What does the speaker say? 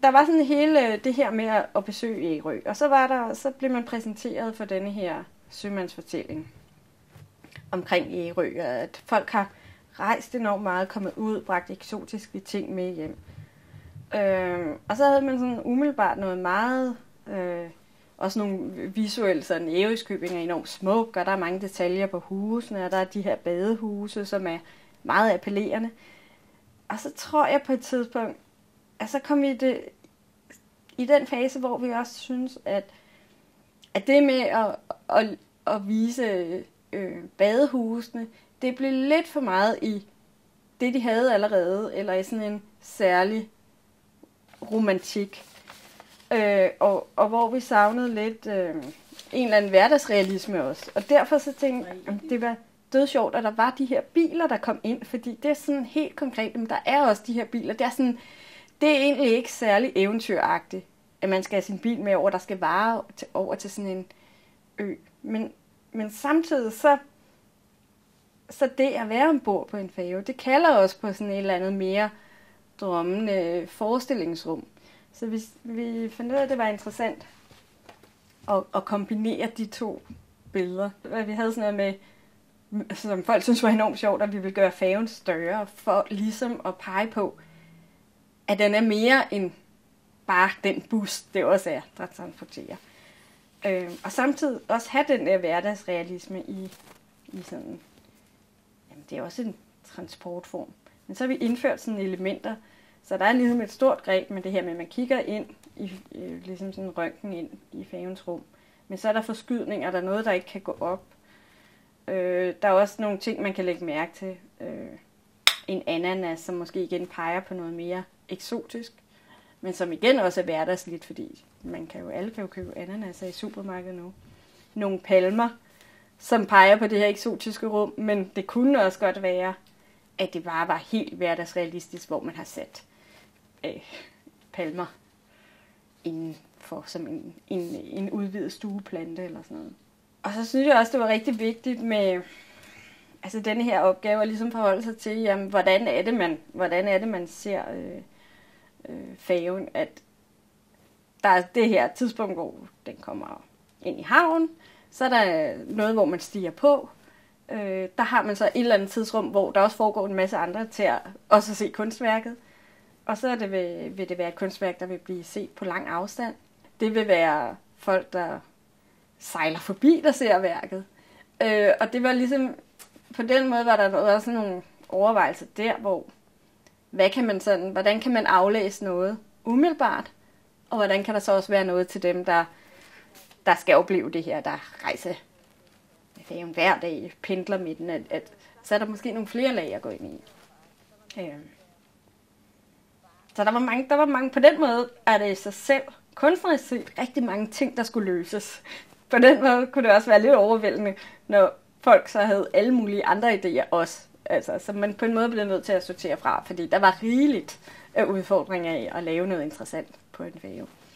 der var sådan hele det her med at besøge Ærø, og så blev man præsenteret for denne her sømandsfortælling omkring Ærø, at folk har rejst enormt meget, kommet ud, bragt eksotiske ting med hjem. Og så havde man sådan umiddelbart noget meget, også nogle visuelle, sådan Ærøskøbing er enormt smuk, og der er mange detaljer på husene, og der er de her badehuse, som er meget appellerende. Og så tror jeg på et tidspunkt, at så kom vi i den fase, hvor vi også synes, at det med at vise badehusene, det blev lidt for meget i det, de havde allerede, eller i sådan en særlig romantik. Og hvor vi savnede lidt en eller anden hverdagsrealisme også. Og derfor så tænkte jeg, det var dødsjovt, at der var de her biler, der kom ind, fordi det er sådan helt konkret, men der er også de her biler. Det er egentlig ikke særlig eventyragtigt, at man skal have sin bil med over, der skal vare over til sådan en ø. Men samtidig så det at være ombord på en færge, det kalder også på sådan et eller andet mere drømmende forestillingsrum. Så vi fandt ud af, at det var interessant at kombinere de to billeder. Vi havde sådan noget med, som folk synes var enormt sjovt, at vi ville gøre færgen større, for ligesom at pege på, at den er mere end bare den bus, det også er, der transporterer. Og samtidig også have den der hverdagsrealisme i sådan, jamen det er også en transportform. Men så har vi indført sådan elementer, så der er ligesom et stort greb med det her med, at man kigger ind i ligesom sådan en røntgen ind i færgens rum. Men så er der forskydninger, der er noget, der ikke kan gå op. Der er også nogle ting, man kan lægge mærke til. En ananas, som måske igen peger på noget mere eksotisk, men som igen også er hverdagsligt, fordi alle kan jo købe ananaser i supermarkedet nu. Nogle palmer, som peger på det her eksotiske rum, men det kunne også godt være, at det bare var helt hverdagsrealistisk, hvor man har sat palmer inden for som en udvidet stueplante eller sådan noget. Og så synes jeg også, det var rigtig vigtigt med denne her opgave at ligesom forholde sig til, jamen, hvordan er det, man ser færgen, at der er det her tidspunkt, hvor den kommer ind i havnen, så er der noget, hvor man stiger på. Der har man så et eller andet tidsrum, hvor der også foregår en masse andre til at også se kunstværket. Og så vil det være et kunstværk, der vil blive set på lang afstand. Det vil være folk, der sejler forbi, der ser værket. Og det var ligesom, på den måde var der også nogle overvejelser der, hvor hvordan kan man aflæse noget umiddelbart, og hvordan kan der så også være noget til dem, der skal opleve det her, der rejser med færgen hver dag, pendler med den, at så er der måske nogle flere lag at gå ind i. Så der var mange, på den måde er det i sig selv, kunstnerisk set, rigtig mange ting, der skulle løses. På den måde kunne det også være lidt overvældende, når folk så havde alle mulige andre idéer også. Så man på en måde blev nødt til at sortere fra, fordi der var rigeligt af udfordringer af at lave noget interessant på en færge.